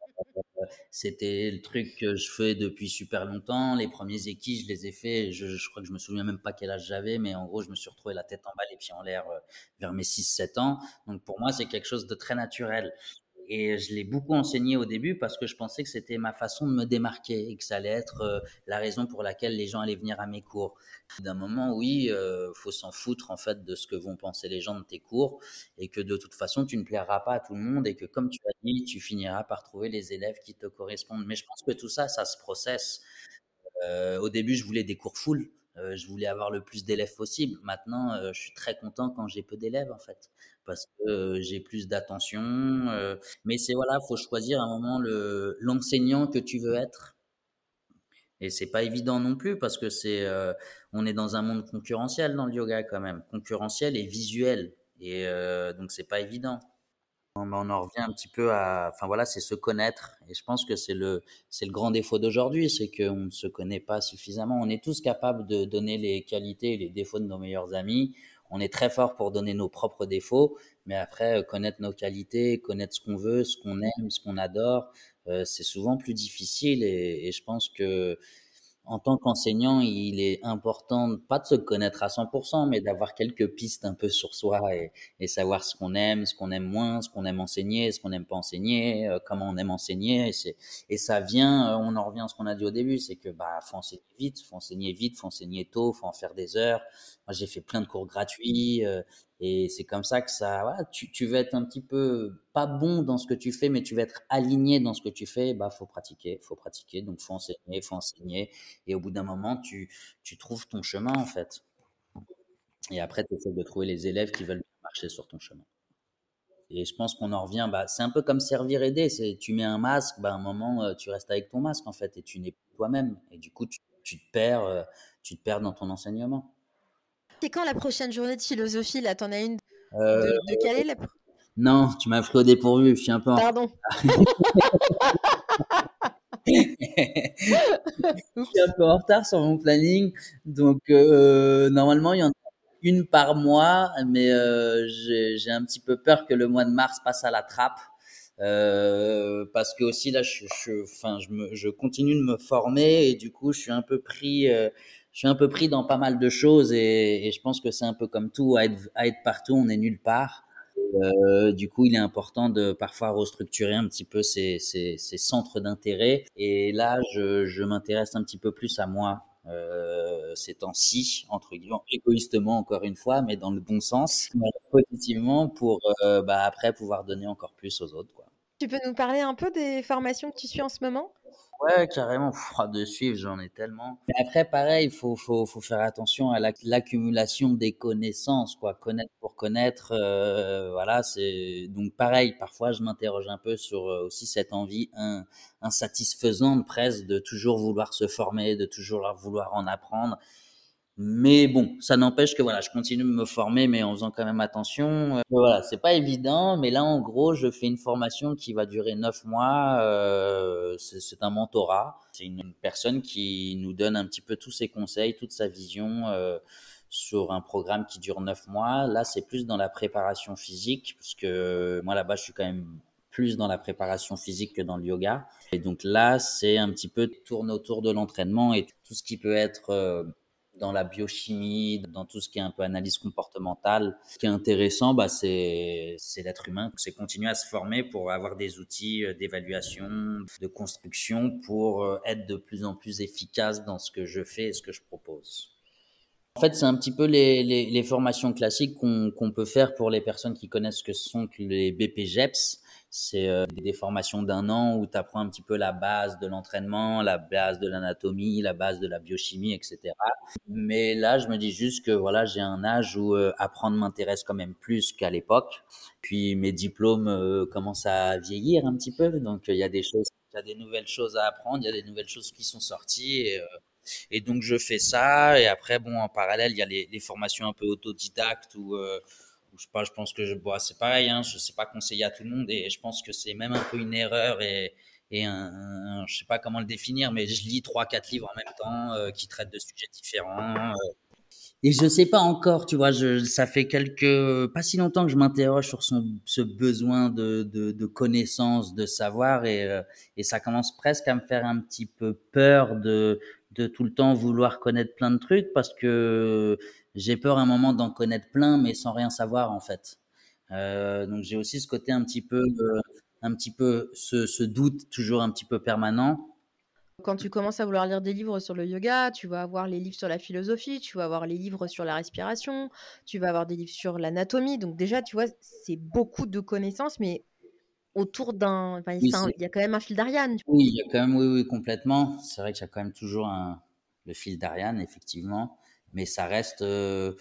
C'était le truc que je fais depuis super longtemps. Les premiers équis, je les ai faits. Je, je crois que je me souviens même pas quel âge j'avais, mais en gros, je me suis retrouvé la tête en bas, les pieds en l'air euh, vers mes six sept ans. Donc pour moi, c'est quelque chose de très naturel. Et je l'ai beaucoup enseigné au début parce que je pensais que c'était ma façon de me démarquer et que ça allait être euh, la raison pour laquelle les gens allaient venir à mes cours. D'un moment, oui, euh, faut s'en foutre en fait de ce que vont penser les gens de tes cours et que de toute façon, tu ne plairas pas à tout le monde et que comme tu as dit, tu finiras par trouver les élèves qui te correspondent. Mais je pense que tout ça, ça se processe. Euh, au début, je voulais des cours full. Euh, je voulais avoir le plus d'élèves possible. Maintenant, euh, je suis très content quand j'ai peu d'élèves, en fait, parce que euh, j'ai plus d'attention. Euh, mais c'est voilà, faut choisir à un moment le l'enseignant que tu veux être. Et c'est pas évident non plus parce que c'est, euh, on est dans un monde concurrentiel dans le yoga quand même, concurrentiel et visuel. Et euh, donc c'est pas évident. On on en revient un petit peu à, enfin voilà, c'est se connaître. Et je pense que c'est le, c'est le grand défaut d'aujourd'hui, c'est qu'on ne se connaît pas suffisamment. On est tous capables de donner les qualités et les défauts de nos meilleurs amis. On est très fort pour donner nos propres défauts, mais après, euh, connaître nos qualités, connaître ce qu'on veut, ce qu'on aime, ce qu'on adore, euh, c'est souvent plus difficile. Et, et je pense que en tant qu'enseignant, il est important, pas de se connaître à cent pour cent, mais d'avoir quelques pistes un peu sur soi et, et savoir ce qu'on aime, ce qu'on aime moins, ce qu'on aime enseigner, ce qu'on n'aime pas enseigner, euh, comment on aime enseigner. Et, c'est, et ça vient, euh, on en revient à ce qu'on a dit au début, c'est que bah faut enseigner vite, faut enseigner vite, faut enseigner tôt, faut en faire des heures. Moi, j'ai fait plein de cours gratuits. Euh, et c'est comme ça que ça, voilà, tu, tu veux être un petit peu pas bon dans ce que tu fais, mais tu veux être aligné dans ce que tu fais, bah faut pratiquer, faut pratiquer, donc faut enseigner, faut enseigner. Et au bout d'un moment, tu, tu trouves ton chemin, en fait. Et après, tu essaies de trouver les élèves qui veulent marcher sur ton chemin. Et je pense qu'on en revient, bah, c'est un peu comme servir aider. C'est, tu mets un masque, bah, à un moment, euh, tu restes avec ton masque, en fait, et tu n'es plus toi-même. Et du coup, tu, tu te perds, euh, tu te perds dans ton enseignement. C'est quand la prochaine journée de philosophie, là? T'en as une Euh, de, de quelle est la... non, tu m'as pris au dépourvu, je suis un peu en Pardon. Je suis un peu en retard sur mon planning, donc euh, normalement il y en a une par mois, mais euh, j'ai, j'ai un petit peu peur que le mois de mars passe à la trappe, euh, parce que aussi là, je, je, enfin, je, me, je continue de me former et du coup, je suis un peu pris, euh, je suis un peu pris dans pas mal de choses et, et je pense que c'est un peu comme tout, à être, à être partout, on est nulle part. Heu, du coup, il est important de parfois restructurer un petit peu ces ces ces centres d'intérêt et là, je je m'intéresse un petit peu plus à moi, heu, ces temps-ci, entre guillemets, égoïstement encore une fois, mais dans le bon sens, ouais, positivement pour, heu, bah, après pouvoir donner encore plus aux autres, quoi. Tu peux nous parler un peu des formations que tu suis en ce moment? Ouais, carrément. Pff, ah, de suivre, j'en ai tellement. Mais après, pareil, il faut, faut, faut faire attention à l'ac- l'accumulation des connaissances, quoi. Connaître pour connaître, euh, voilà, c'est donc pareil. Parfois, je m'interroge un peu sur euh, aussi cette envie in- insatisfaisante presque de toujours vouloir se former, de toujours vouloir en apprendre. Mais bon, ça n'empêche que voilà, je continue de me former, mais en faisant quand même attention. Euh, voilà, c'est pas évident, mais là, en gros, je fais une formation qui va durer neuf mois. Euh, c'est c'est un mentorat. C'est une personne qui nous donne un petit peu tous ses conseils, toute sa vision euh, sur un programme qui dure neuf mois. Là, c'est plus dans la préparation physique, parce que moi, là-bas, je suis quand même plus dans la préparation physique que dans le yoga. Et donc là, c'est un petit peu tourne autour de l'entraînement et tout ce qui peut être euh, dans la biochimie, dans tout ce qui est un peu analyse comportementale. Ce qui est intéressant, bah, c'est, c'est l'être humain. C'est continuer à se former pour avoir des outils euh, d'évaluation, de construction pour euh, être de plus en plus efficace dans ce que je fais et ce que je propose. En fait, c'est un petit peu les, les, les formations classiques qu'on qu'on peut faire pour les personnes qui connaissent ce que sont que les B P G E P S. C'est euh, des formations d'un an où tu apprends un petit peu la base de l'entraînement, la base de l'anatomie, la base de la biochimie, et cetera. Mais là, je me dis juste que voilà, j'ai un âge où euh, apprendre m'intéresse quand même plus qu'à l'époque. Puis mes diplômes euh, commencent à vieillir un petit peu, donc il y a des choses, il y a des nouvelles choses à apprendre, il y a des nouvelles choses qui sont sorties. Et, euh, et donc je fais ça. Et après, bon, en parallèle, il y a les, les formations un peu autodidactes où, euh, où je sais pas, je pense que je, bon, c'est pareil, hein, je sais pas conseiller à tout le monde et je pense que c'est même un peu une erreur et et un, un- je sais pas comment le définir, mais je lis trois, quatre livres en même temps euh, qui traitent de sujets différents. euh. Et je sais pas encore, tu vois, je, ça fait quelques, pas si longtemps que je m'interroge sur son, ce besoin de, de, de connaissance, de savoir, et, euh, et ça commence presque à me faire un petit peu peur de, de tout le temps vouloir connaître plein de trucs parce que j'ai peur à un moment d'en connaître plein, mais sans rien savoir en fait. Euh, donc j'ai aussi ce côté un petit peu, euh, un petit peu ce, ce doute toujours un petit peu permanent. Quand tu commences à vouloir lire des livres sur le yoga, tu vas avoir les livres sur la philosophie, tu vas avoir les livres sur la respiration, tu vas avoir des livres sur l'anatomie. Donc déjà, tu vois, c'est beaucoup de connaissances, mais autour d'un, enfin, Oui, c'est un- c'est il y a quand même un fil d'Ariane. Tu Oui, il y a quand même, oui, oui, complètement. C'est vrai qu'il y a quand même toujours un, le fil d'Ariane, effectivement, mais ça reste, euh,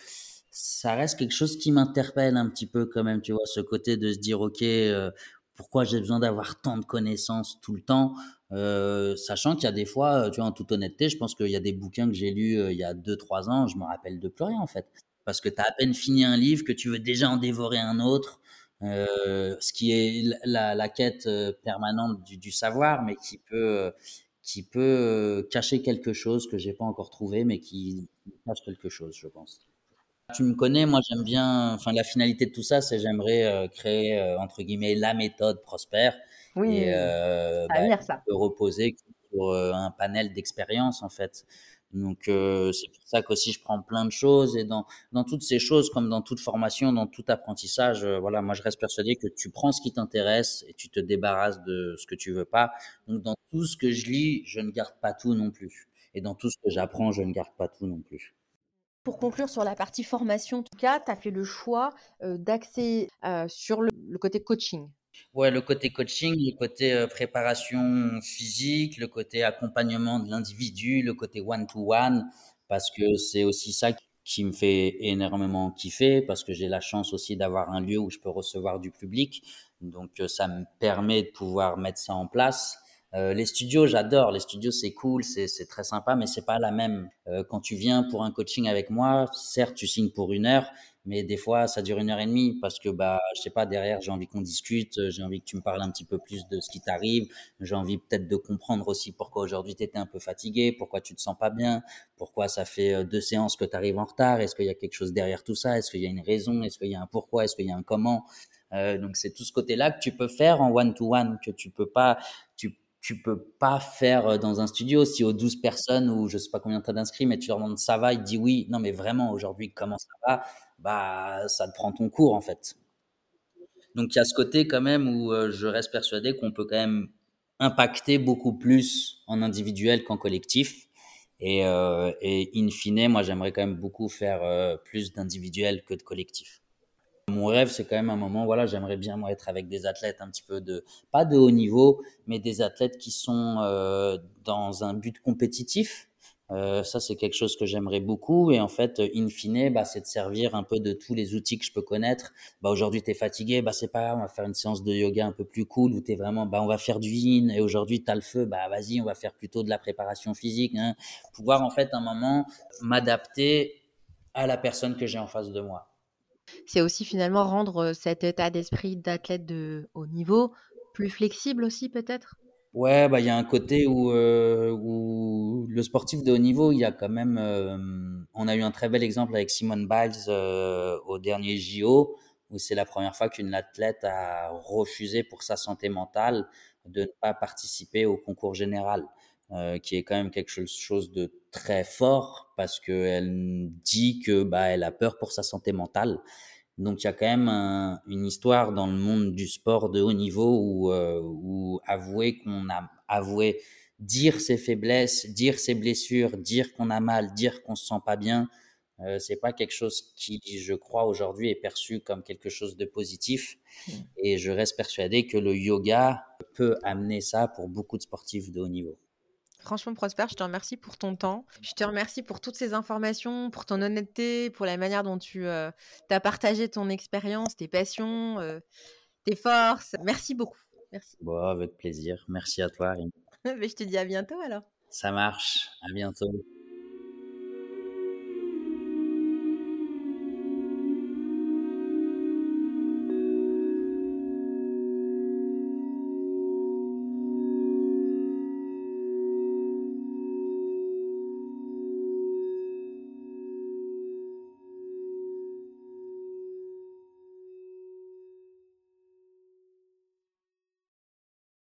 ça reste quelque chose qui m'interpelle un petit peu quand même, tu vois, ce côté de se dire, ok, euh, pourquoi j'ai besoin d'avoir tant de connaissances tout le temps, euh, sachant qu'il y a des fois, euh, tu vois, en toute honnêteté, je pense qu'il y a des bouquins que j'ai lus euh, il y a deux, trois ans, je me rappelle de plus rien en fait, parce que tu as à peine fini un livre que tu veux déjà en dévorer un autre. Euh, ce qui est la, la quête euh, permanente du, du savoir, mais qui peut, euh, qui peut euh, cacher quelque chose que j'ai pas encore trouvé, mais qui cache quelque chose, je pense. Tu me connais, moi j'aime bien, enfin la finalité de tout ça, c'est j'aimerais euh, créer euh, entre guillemets la méthode prospère et Oui, euh, ça va bah, venir qui ça. peut reposer sur euh, un panel d'expériences en fait. Donc euh, c'est pour ça qu'aussi je prends plein de choses et dans dans toutes ces choses comme dans toute formation, dans tout apprentissage, euh, voilà, moi je reste persuadé que tu prends ce qui t'intéresse et tu te débarrasses de ce que tu veux pas. Donc dans tout ce que je lis, je ne garde pas tout non plus. Et dans tout ce que j'apprends, je ne garde pas tout non plus. Pour conclure sur la partie formation, en tout cas, tu as fait le choix euh, d'axer euh, sur le, le côté coaching. Ouais, le côté coaching, le côté euh, préparation physique, le côté accompagnement de l'individu, le côté one-to-one, parce que c'est aussi ça qui me fait énormément kiffer, parce que j'ai la chance aussi d'avoir un lieu où je peux recevoir du public. Donc, euh, ça me permet de pouvoir mettre ça en place. Euh, les studios, j'adore. Les studios, c'est cool, c'est c'est très sympa, mais c'est pas la même. Euh, quand tu viens pour un coaching avec moi, certes, tu signes pour une heure, mais des fois ça dure une heure et demie parce que bah je sais pas, derrière j'ai envie qu'on discute, euh, j'ai envie que tu me parles un petit peu plus de ce qui t'arrive, j'ai envie peut-être de comprendre aussi pourquoi aujourd'hui tu étais un peu fatigué, pourquoi tu te sens pas bien, pourquoi ça fait euh, deux séances que tu arrives en retard, est-ce qu'il y a quelque chose derrière tout ça, est-ce qu'il y a une raison, est-ce qu'il y a un pourquoi, est-ce qu'il y a un comment. Euh, donc c'est tout ce côté-là que tu peux faire en one to one, que tu peux pas tu tu peux pas faire euh, dans un studio. Si aux douze personnes ou je sais pas combien tu as d'inscrits, mais tu leur demandes ça va, il te dit oui. Non, mais vraiment, aujourd'hui, comment ça va? Bah, ça te prend ton cours, en fait. Donc il y a ce côté quand même où euh, je reste persuadé qu'on peut quand même impacter beaucoup plus en individuel qu'en collectif. Et, euh, et in fine, moi j'aimerais quand même beaucoup faire euh, plus d'individuel que de collectif. Mon rêve, c'est quand même un moment, voilà, j'aimerais bien moi être avec des athlètes un petit peu de, pas de haut niveau, mais des athlètes qui sont euh, dans un but compétitif. Euh, ça, c'est quelque chose que j'aimerais beaucoup. Et en fait, in fine, bah, c'est de servir un peu de tous les outils que je peux connaître. Bah, aujourd'hui, tu es fatigué, bah, c'est pas grave, on va faire une séance de yoga un peu plus cool où tu es vraiment, bah, on va faire du yin. Et aujourd'hui, tu as le feu, bah, vas-y, on va faire plutôt de la préparation physique. Hein. Pouvoir, en fait, un moment, m'adapter à la personne que j'ai en face de moi. C'est aussi finalement rendre cet état d'esprit d'athlète de haut niveau plus flexible aussi peut-être? Ouais, bah, il y a un côté où, heu, où le sportif de haut niveau, il y a quand même, hem, on a eu un très bel exemple avec Simone Biles, heu, aux derniers J O, où c'est la première fois qu'une athlète a refusé pour sa santé mentale de ne pas participer au concours général, heu, qui est quand même quelque chose de très fort parce qu'elle dit que, bah, elle a peur pour sa santé mentale. Donc il y a quand même un, une histoire dans le monde du sport de haut niveau où, euh, où avouer qu'on a avoué dire ses faiblesses, dire ses blessures, dire qu'on a mal, dire qu'on se sent pas bien, euh, c'est pas quelque chose qui, je crois, aujourd'hui est perçu comme quelque chose de positif. Mmh. Et je reste persuadé que le yoga peut amener ça pour beaucoup de sportifs de haut niveau. Franchement, Prosper, je te remercie pour ton temps. Je te remercie pour toutes ces informations, pour ton honnêteté, pour la manière dont tu euh, as partagé ton expérience, tes passions, euh, tes forces. Merci beaucoup. Merci. Bon, avec plaisir. Merci à toi. Mais je te dis à bientôt alors. Ça marche. À bientôt.